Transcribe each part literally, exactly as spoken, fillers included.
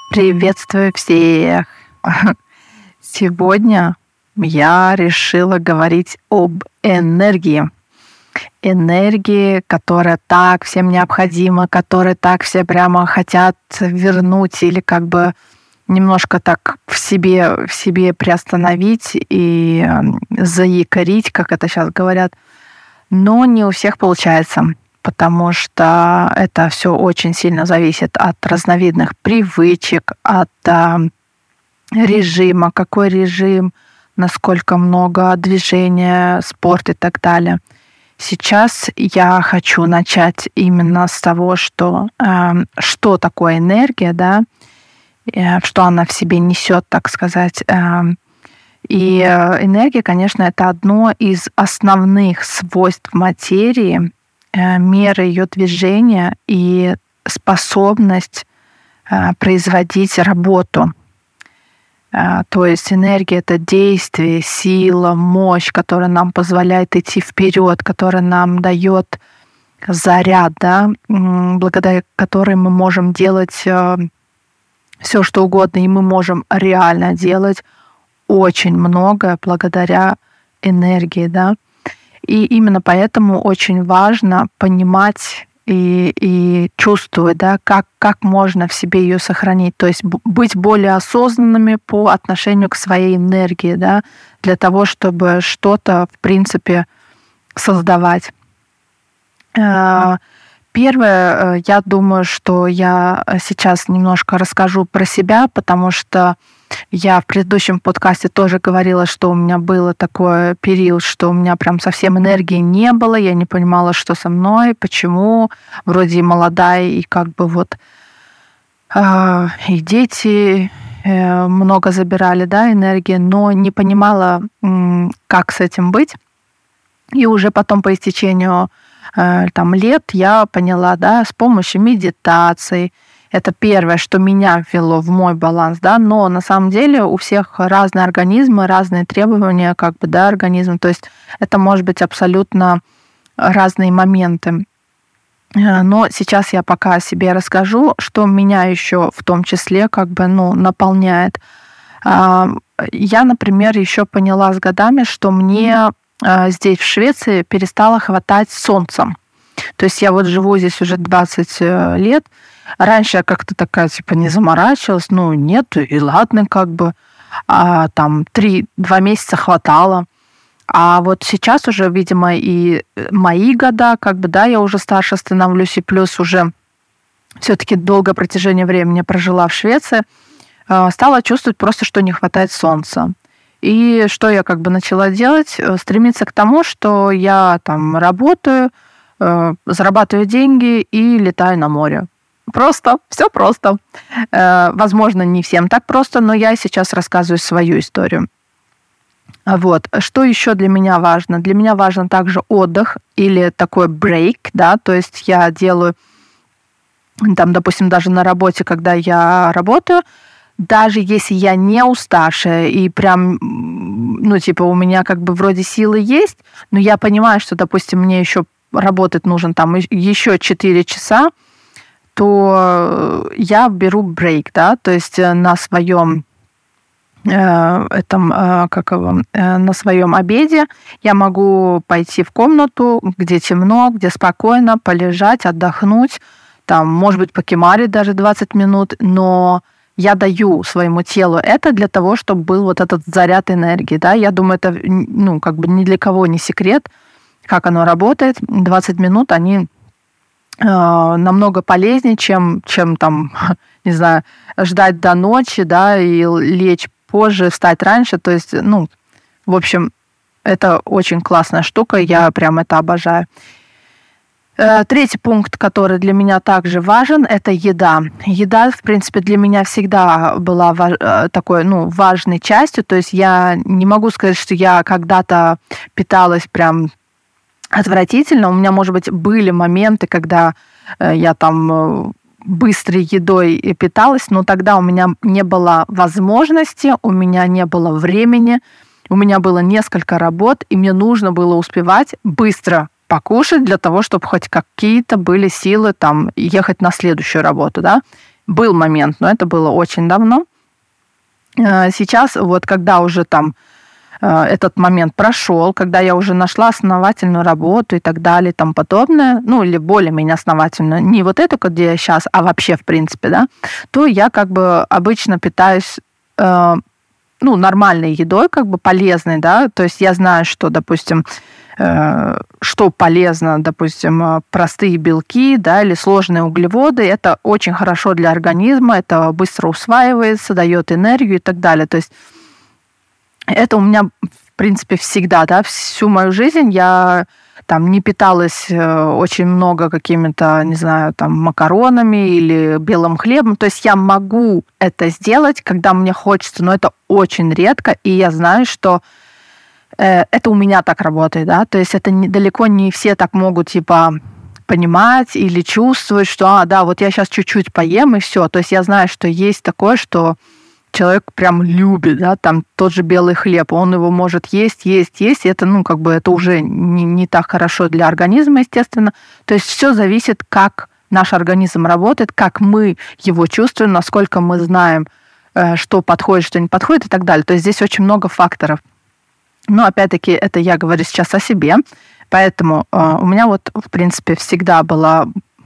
Приветствую всех! Сегодня я решила говорить об энергии. Энергии, которая так всем необходима, которую так все прямо хотят вернуть или как бы немножко так в себе, в себе приостановить и заякорить, как это сейчас говорят. Но не у всех получается, потому что это все очень сильно зависит от разновидных привычек, от а, режима, какой режим, насколько много движения, спорт и так далее. Сейчас я хочу начать именно с того, что, э, что такое энергия, да, э, что она в себе несет, так сказать. Э, и энергия, конечно, это одно из основных свойств материи, э, мера ее движения и способность э, производить работу. То есть энергия — это действие, сила, мощь, которая нам позволяет идти вперед, которая нам дает заряд, да, благодаря которой мы можем делать все, что угодно, и мы можем реально делать очень многое благодаря энергии, да. И именно поэтому очень важно понимать И, и чувствовать, да, как, как можно в себе ее сохранить. То есть быть более осознанными по отношению к своей энергии, да, для того, чтобы что-то, в принципе, создавать. Первое, я думаю, что я сейчас немножко расскажу про себя, потому что я в предыдущем подкасте тоже говорила, что у меня был такой период, что у меня прям совсем энергии не было, я не понимала, что со мной, почему, вроде и молодая, и как бы вот э, и дети э, много забирали, да, энергии, но не понимала, э, как с этим быть. И уже потом по истечению э, там, лет я поняла, да, с помощью медитации. Это первое, что меня ввело в мой баланс, да, но на самом деле у всех разные организмы, разные требования, как бы, да, организма, то есть это может быть абсолютно разные моменты. Но сейчас я пока о себе расскажу, что меня еще в том числе, как бы, ну, наполняет. Я, например, еще поняла с годами, что мне здесь, в Швеции, перестало хватать солнца. То есть я вот живу здесь уже двадцать лет. Раньше я как-то такая, типа, не заморачивалась. Ну, нет, и ладно, как бы. А, там три-два месяца хватало. А вот сейчас уже, видимо, и мои года, как бы, да, я уже старше становлюсь, и плюс уже все-таки долгое протяжение времени прожила в Швеции, стала чувствовать просто, что не хватает солнца. И что я как бы начала делать? Стремиться к тому, что я там работаю, зарабатываю деньги и летаю на море. Просто, все просто. Возможно, не всем так просто, но я сейчас рассказываю свою историю. Вот. Что еще для меня важно? Для меня важен также отдых или такой брейк, да, то есть я делаю, там, допустим, даже на работе, когда я работаю, даже если я не уставшая и прям, ну, типа, у меня как бы вроде силы есть, но я понимаю, что, допустим, мне еще работать нужен там еще четыре часа, то я беру брейк, да, то есть на своем э, этом, э, как его, э, на своем обеде я могу пойти в комнату, где темно, где спокойно, полежать, отдохнуть, там, может быть, покемарить даже двадцать минут, но я даю своему телу это для того, чтобы был вот этот заряд энергии, да, я думаю, это, ну, как бы ни для кого не секрет, как оно работает. двадцать минут, они намного полезнее, чем, чем там, не знаю, ждать до ночи, да, и лечь позже, встать раньше. То есть, ну, в общем, это очень классная штука, я прям это обожаю. Третий пункт, который для меня также важен, это еда. Еда, в принципе, для меня всегда была такой, ну, важной частью. То есть я не могу сказать, что я когда-то питалась прям отвратительно. У меня, может быть, были моменты, когда я там быстрой едой питалась, но тогда у меня не было возможности, у меня не было времени, у меня было несколько работ, и мне нужно было успевать быстро покушать для того, чтобы хоть какие-то были силы там ехать на следующую работу, да. Был момент, но это было очень давно. Сейчас, вот когда уже там этот момент прошел, когда я уже нашла основательную работу и так далее, и тому подобное, ну, или более-менее основательную, не вот эту, где я сейчас, а вообще, в принципе, да, то я как бы обычно питаюсь, э, ну, нормальной едой, как бы полезной, да, то есть я знаю, что, допустим, э, что полезно, допустим, простые белки, да, или сложные углеводы, это очень хорошо для организма, это быстро усваивается, дает энергию и так далее, то есть это у меня, в принципе, всегда, да, всю мою жизнь я там не питалась очень много какими-то, не знаю, там, макаронами или белым хлебом. То есть я могу это сделать, когда мне хочется, но это очень редко, и я знаю, что э, это у меня так работает, да, то есть это не, далеко не все так могут, типа, понимать или чувствовать, что, а, да, вот я сейчас чуть-чуть поем, и все. То есть я знаю, что есть такое, что человек прям любит, да, там тот же белый хлеб, он его может есть, есть, есть, и это, ну, как бы это уже не, не так хорошо для организма, естественно. То есть все зависит, как наш организм работает, как мы его чувствуем, насколько мы знаем, что подходит, что не подходит и так далее. То есть здесь очень много факторов. Но, опять-таки, это я говорю сейчас о себе, поэтому у меня вот, в принципе, всегда была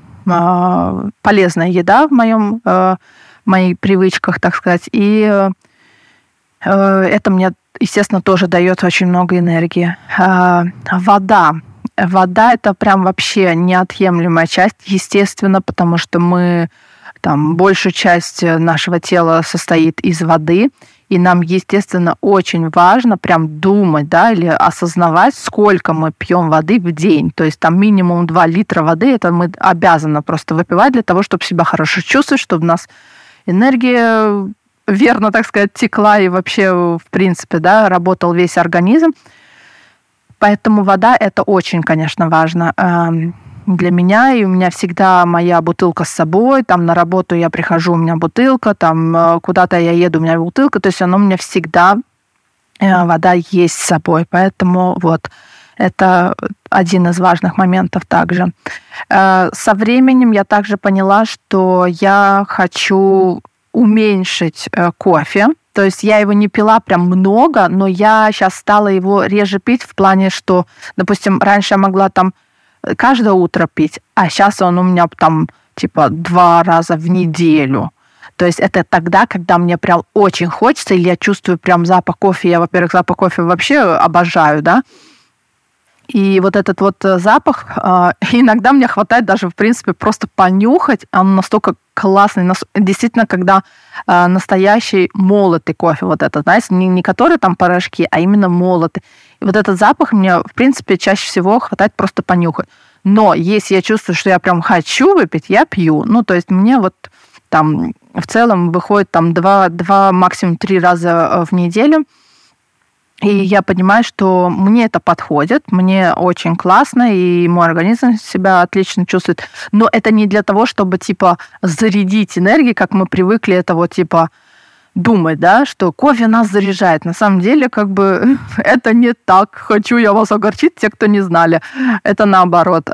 полезная еда в моем в моих привычках, так сказать. И э, это мне, естественно, тоже дает очень много энергии. Э, вода. Вода – это прям вообще неотъемлемая часть, естественно, потому что мы, там, большая часть нашего тела состоит из воды, и нам, естественно, очень важно прям думать, да, или осознавать, сколько мы пьем воды в день. То есть там минимум два литра воды, это мы обязаны просто выпивать для того, чтобы себя хорошо чувствовать, чтобы у нас энергия верно, так сказать, текла, и вообще, в принципе, да, работал весь организм. Поэтому вода – это очень, конечно, важно для меня, и у меня всегда моя бутылка с собой, там на работу я прихожу, у меня бутылка, там куда-то я еду, у меня бутылка, то есть она у меня всегда, вода есть с собой, поэтому вот. Это один из важных моментов также. Со временем я также поняла, что я хочу уменьшить кофе. То есть я его не пила прям много, но я сейчас стала его реже пить в плане, что, допустим, раньше я могла там каждое утро пить, а сейчас он у меня там типа два раза в неделю. То есть это тогда, когда мне прям очень хочется, или я чувствую прям запах кофе. Я, во-первых, запах кофе вообще обожаю, да. И вот этот вот запах, иногда мне хватает даже, в принципе, просто понюхать. Он настолько классный. Действительно, когда настоящий молотый кофе, вот этот, знаете, не, не который там порошки, а именно молотый. И вот этот запах мне, в принципе, чаще всего хватает просто понюхать. Но если я чувствую, что я прям хочу выпить, я пью. Ну, то есть мне вот там в целом выходит там два, два максимум три раза в неделю. И я понимаю, что мне это подходит, мне очень классно, и мой организм себя отлично чувствует. Но это не для того, чтобы, типа, зарядить энергией, как мы привыкли это вот, типа, думать, да, что кофе нас заряжает. На самом деле, как бы, это не так. Хочу я вас огорчить, те, кто не знали. Это наоборот.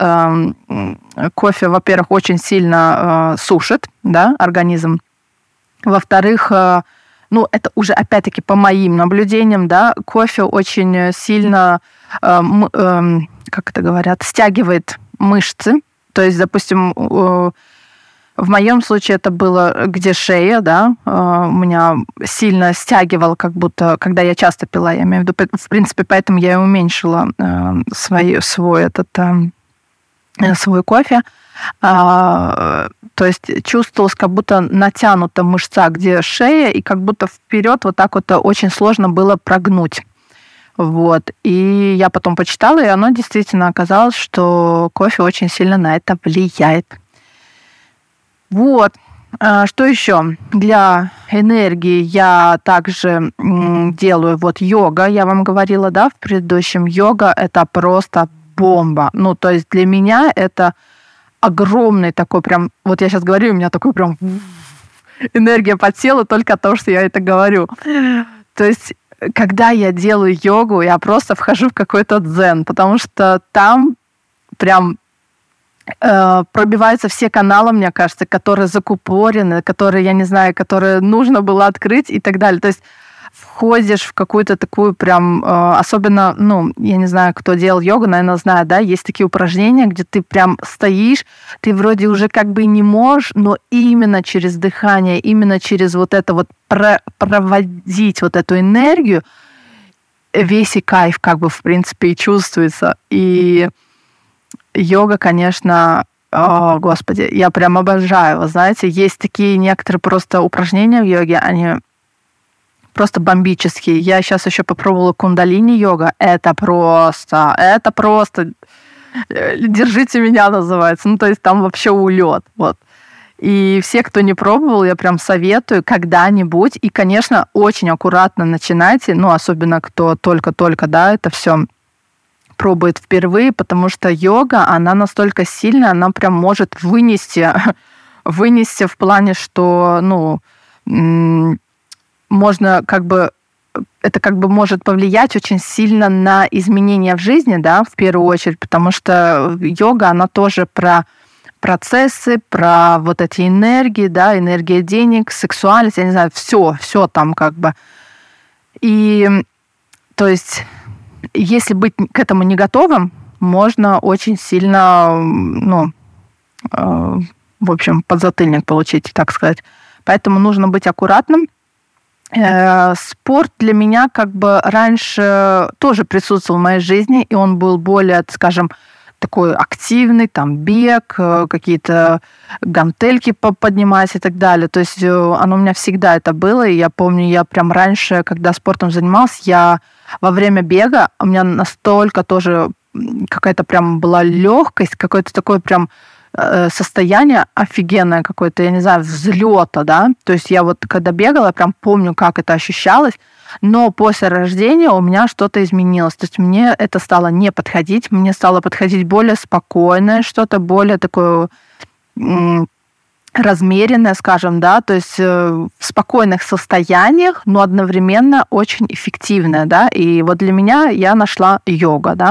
Кофе, во-первых, очень сильно сушит, да, организм. Во-вторых, ну, это уже, опять-таки, по моим наблюдениям, да, кофе очень сильно, э, э, как это говорят, стягивает мышцы. То есть, допустим, э, в моем случае это было, где шея, да, э, у меня сильно стягивал, как будто, когда я часто пила, я имею в виду, в принципе, поэтому я и уменьшила э, свой, свой этот... Э, свой кофе. А, то есть чувствовалось, как будто натянута мышца, где шея, и как будто вперед вот так вот очень сложно было прогнуть. Вот. И я потом почитала, и оно действительно оказалось, что кофе очень сильно на это влияет. Вот. А что еще? Для энергии я также делаю вот йога. Я вам говорила, да, в предыдущем. Йога – это просто бомба. Ну, то есть для меня это огромный такой прям... Вот я сейчас говорю, у меня такой прям энергия по телу только от того, что я это говорю. То есть когда я делаю йогу, я просто вхожу в какой-то дзен, потому что там прям э, пробиваются все каналы, мне кажется, которые закупорены, которые, я не знаю, которые нужно было открыть и так далее. То есть входишь в какую-то такую прям, э, особенно, ну, я не знаю, кто делал йогу, наверное, знает, да, есть такие упражнения, где ты прям стоишь, ты вроде уже как бы не можешь, но именно через дыхание, именно через вот это вот про- проводить вот эту энергию, весь и кайф как бы в принципе и чувствуется. И йога, конечно, о, господи, я прям обожаю. Вы знаете, есть такие некоторые просто упражнения в йоге, они просто бомбические. Я сейчас еще попробовала кундалини-йога. Это просто, это просто... Держите меня, называется. Ну, то есть там вообще улет. Вот. И все, кто не пробовал, я прям советую когда-нибудь. И, конечно, очень аккуратно начинайте, ну, особенно кто только-только, да, это все пробует впервые, потому что йога, она настолько сильная, она прям может вынести, вынести в плане, что, ну, можно как бы, это как бы может повлиять очень сильно на изменения в жизни, да, в первую очередь, потому что йога, она тоже про процессы, про вот эти энергии, да, энергия денег, сексуальность, я не знаю, все, все там как бы. И, то есть, если быть к этому не готовым, можно очень сильно, ну, э, в общем, подзатыльник получить, так сказать. Поэтому нужно быть аккуратным. Э, спорт для меня как бы раньше тоже присутствовал в моей жизни, и он был более, скажем, такой активный, там, бег, какие-то гантельки поднимать и так далее. То есть оно у меня всегда это было, и я помню, я прям раньше, когда спортом занималась, я во время бега, у меня настолько тоже какая-то прям была легкость, какое-то такое прям состояние офигенное какое-то, я не знаю, взлета, да. То есть я вот когда бегала, я прям помню, как это ощущалось, но после рождения у меня что-то изменилось. То есть мне это стало не подходить, мне стало подходить более спокойное, что-то более такое м- размеренное, скажем, да, то есть в спокойных состояниях, но одновременно очень эффективное, да. И вот для меня я нашла йога, да.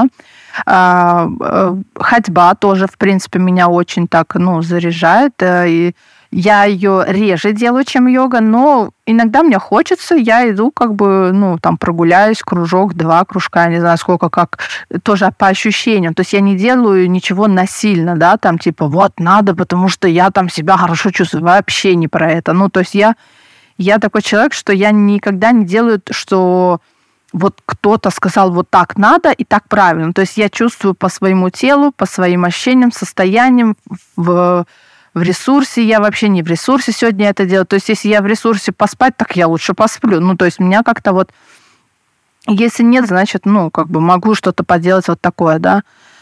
Ходьба тоже, в принципе, меня очень так, ну, заряжает. И я ее реже делаю, чем йога, но иногда мне хочется, я иду как бы, ну, там, прогуляюсь, кружок, два кружка, не знаю, сколько, как, тоже по ощущениям. То есть я не делаю ничего насильно, да, там, типа, вот, надо, потому что я там себя хорошо чувствую. Вообще не про это. Ну, то есть я, я такой человек, что я никогда не делаю, что вот кто-то сказал, вот так надо и так правильно. То есть я чувствую по своему телу, по своим ощущениям, состояниям, в, в ресурсе. Я вообще не в ресурсе сегодня это делаю. То есть если я в ресурсе поспать, так я лучше посплю. Ну, то есть меня как-то вот... Если нет, значит, ну, как бы могу что-то поделать вот такое, да.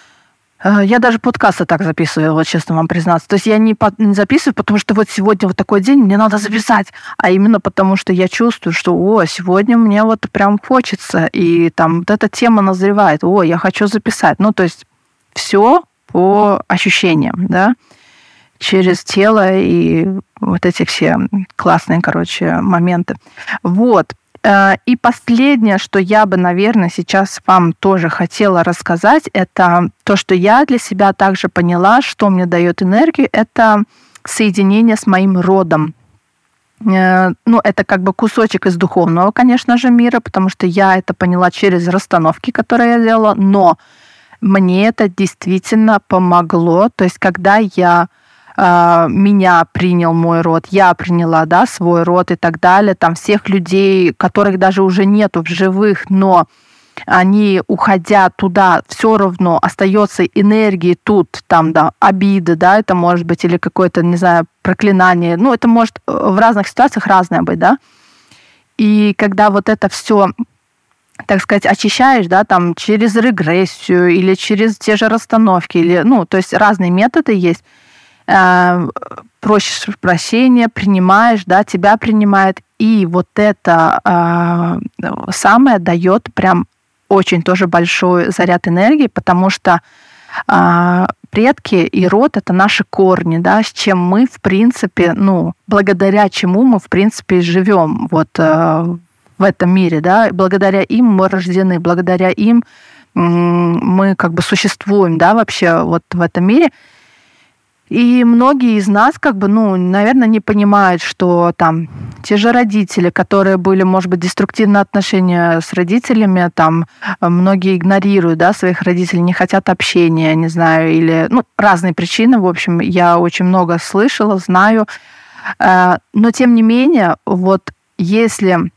Я даже подкасты так записываю, вот честно вам признаться. То есть я не, по, не записываю, потому что вот сегодня вот такой день, мне надо записать, а именно потому что я чувствую, что, о, сегодня мне вот прям хочется, и там вот эта тема назревает, о, я хочу записать. Ну, то есть все по ощущениям, да, через тело и вот эти все классные, короче, моменты. Вот. И последнее, что я бы, наверное, сейчас вам тоже хотела рассказать, это то, что я для себя также поняла, что мне дает энергию, это соединение с моим родом. Ну, это как бы кусочек из духовного, конечно же, мира, потому что я это поняла через расстановки, которые я делала, но мне это действительно помогло. То есть, когда я меня принял мой род, я приняла, да, свой род и так далее, там всех людей, которых даже уже нету в живых, но они, уходя туда, все равно остается энергии тут, там, да, обиды, да, это может быть, или какое-то, не знаю, проклинание, ну, это может в разных ситуациях разное быть, да. И когда вот это все, так сказать, очищаешь, да, там, через регрессию или через те же расстановки, или, ну, то есть разные методы есть, просишь прощения, принимаешь, да, тебя принимает, и вот это э, самое дает прям очень тоже большой заряд энергии, потому что э, предки и род — это наши корни, да, с чем мы, в принципе, ну, благодаря чему мы, в принципе, живем вот э, в этом мире, да, благодаря им мы рождены, благодаря им э, мы как бы существуем, да, вообще вот в этом мире. И многие из нас, как бы, ну, наверное, не понимают, что там те же родители, которые были, может быть, деструктивные отношения с родителями, там многие игнорируют, да, своих родителей, не хотят общения, не знаю, или, ну, разные причины, в общем, я очень много слышала, знаю. Но, тем не менее, вот если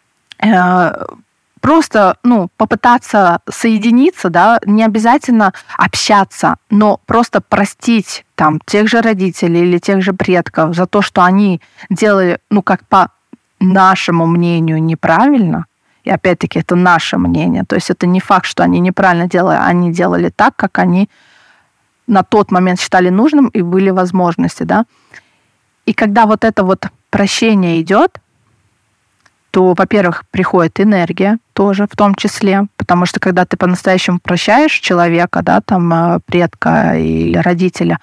просто, ну, попытаться соединиться, да, не обязательно общаться, но просто простить там тех же родителей или тех же предков за то, что они делали, ну, как по нашему мнению, неправильно. И опять-таки это наше мнение. То есть это не факт, что они неправильно делали, они делали так, как они на тот момент считали нужным и были возможности, да. И когда вот это вот прощение идет, то, во-первых, приходит энергия тоже в том числе, потому что когда ты по-настоящему прощаешь человека, да, там, предка или родителя,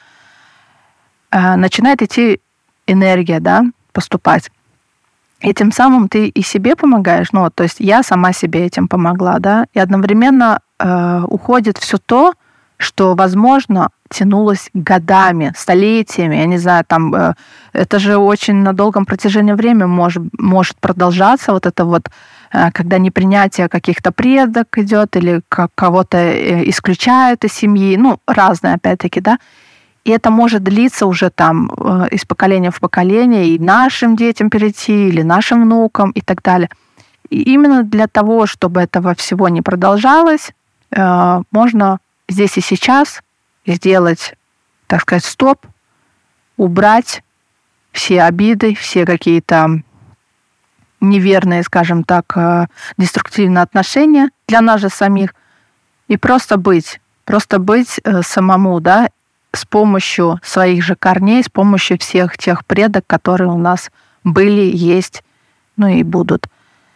начинает идти энергия, да, поступать. И тем самым ты и себе помогаешь, ну, то есть я сама себе этим помогла, да, и одновременно э, уходит все то, что, возможно, тянулось годами, столетиями, я не знаю, там, э, это же очень на долгом протяжении времени может, может продолжаться, вот это вот, э, когда непринятие каких-то предок идет или как кого-то исключают из семьи, ну, разное, опять-таки, да, и это может длиться уже там э, из поколения в поколение, и нашим детям перейти, или нашим внукам, и так далее. И именно для того, чтобы этого всего не продолжалось, э, можно здесь и сейчас сделать, так сказать, стоп, убрать все обиды, все какие-то неверные, скажем так, деструктивные отношения для нас же самих, и просто быть, просто быть самому, да, с помощью своих же корней, с помощью всех тех предок, которые у нас были, есть, ну и будут.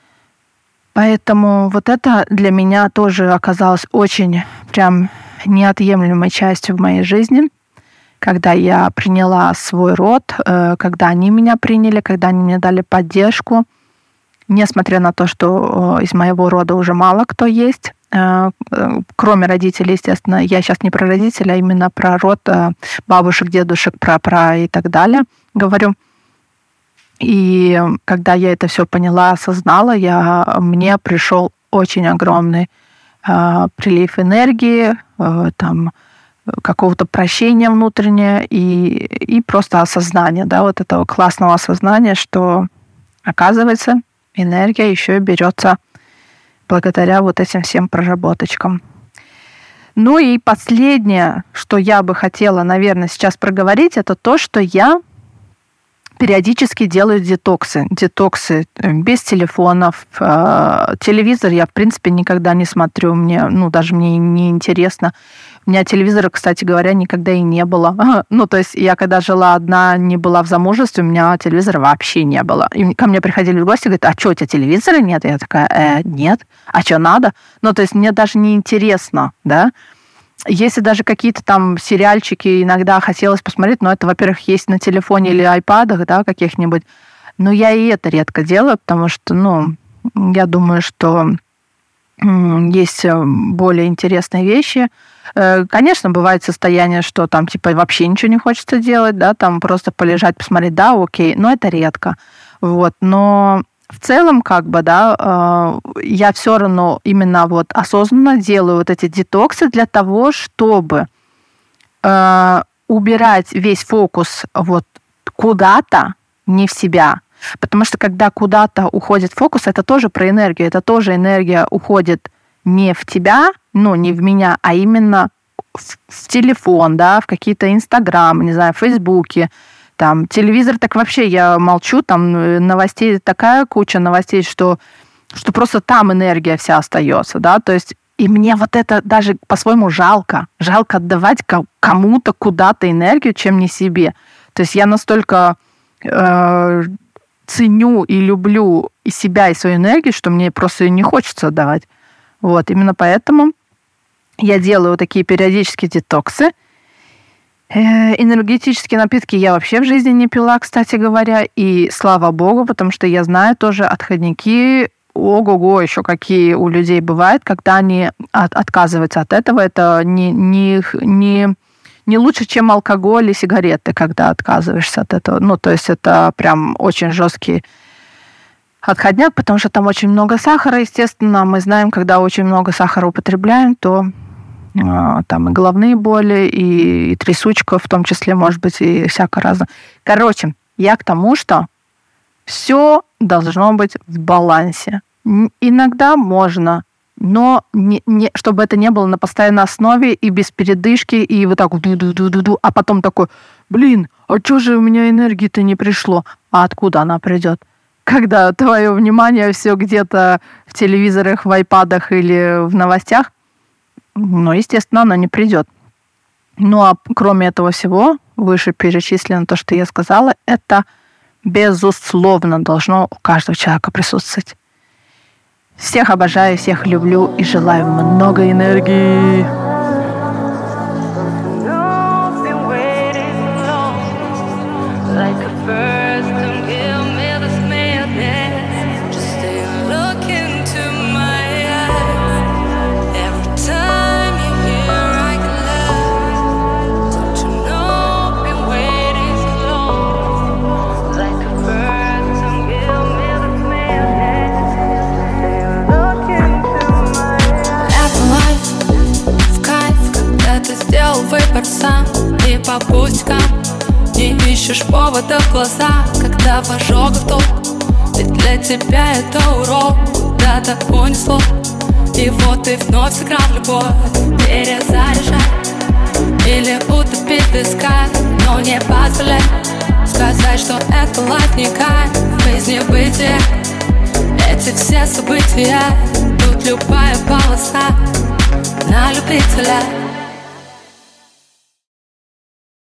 Поэтому вот это для меня тоже оказалось очень прям неотъемлемой частью в моей жизни, когда я приняла свой род, когда они меня приняли, когда они мне дали поддержку, несмотря на то, что из моего рода уже мало кто есть, кроме родителей, естественно. Я сейчас не про родителей, а именно про род бабушек, дедушек, прапра и так далее говорю. И когда я это все поняла, осознала, я, мне пришел очень огромный э, прилив энергии, э, там, какого-то прощения внутреннего и, и просто осознания, да, вот этого классного осознания, что, оказывается, энергия еще и берется благодаря вот этим всем проработочкам. Ну и последнее, что я бы хотела, наверное, сейчас проговорить, это то, что я периодически делаю детоксы. Детоксы без телефонов. Телевизор я, в принципе, никогда не смотрю. Мне, ну, даже мне не интересно. У меня телевизора, кстати говоря, никогда и не было. Ну, то есть я когда жила одна, не была в замужестве, у меня телевизора вообще не было. И ко мне приходили в гости и говорят: а что, у тебя телевизора нет? Я такая: э, нет. А что, надо? Ну, то есть мне даже не интересно, да. Если даже какие-то там сериальчики иногда хотелось посмотреть, но это, во-первых, есть на телефоне или айпадах, да, каких-нибудь, но я и это редко делаю, потому что, ну, я думаю, что есть более интересные вещи. Конечно, бывает состояние, что там, типа, вообще ничего не хочется делать, да, там просто полежать, посмотреть, да, окей, но это редко, вот, но... В целом, как бы, да, я все равно именно вот осознанно делаю вот эти детоксы для того, чтобы убирать весь фокус вот куда-то, не в себя. Потому что когда куда-то уходит фокус, это тоже про энергию, это тоже энергия уходит не в тебя, ну, не в меня, а именно в, в телефон, да, в какие-то Инстаграм, не знаю, Фейсбуке. Там телевизор, так вообще я молчу, там новостей такая куча новостей, что, что просто там энергия вся остается, да, то есть и мне вот это даже по-своему жалко, жалко отдавать кому-то куда-то энергию, чем не себе. То есть я настолько э, ценю и люблю и себя, и свою энергию, что мне просто ее не хочется отдавать. Вот, именно поэтому я делаю такие периодические детоксы. Энергетические напитки я вообще в жизни не пила, кстати говоря, и слава богу, потому что я знаю тоже отходники, ого-го, еще какие у людей бывают, когда они от, отказываются от этого. Это не, не, не, не лучше, чем алкоголь и сигареты, когда отказываешься от этого. Ну, то есть это прям очень жесткий отходняк, потому что там очень много сахара, естественно. Мы знаем, когда очень много сахара употребляем, то э, там и головные боли, и, и трясучка, в том числе, может быть, и всякое разное. Короче, я к тому, что все должно быть в балансе. Иногда можно, но не, не, чтобы это не было на постоянной основе и без передышки, и вот так вот ду-ду-ду-ду-ду, а потом такой, блин, а что же у меня энергии-то не пришло? А откуда она придет? Когда твое внимание все где-то в телевизорах, в айпадах или в новостях, ну, естественно, оно не придет. Ну, а кроме этого всего, выше перечислено то, что я сказала, это безусловно должно у каждого человека присутствовать. Всех обожаю, всех люблю и желаю много энергии. Выбор сам и по пустякам не ищешь повода в глаза, когда в ожогах толк. Ведь для тебя это урок, куда-то унесло. И вот ты вновь сыграл в любовь, перезаряжай или утопить песка, но не позволяй сказать, что это лайф не кайф, жизнь бытия. Эти все события, тут любая полоса на любителя.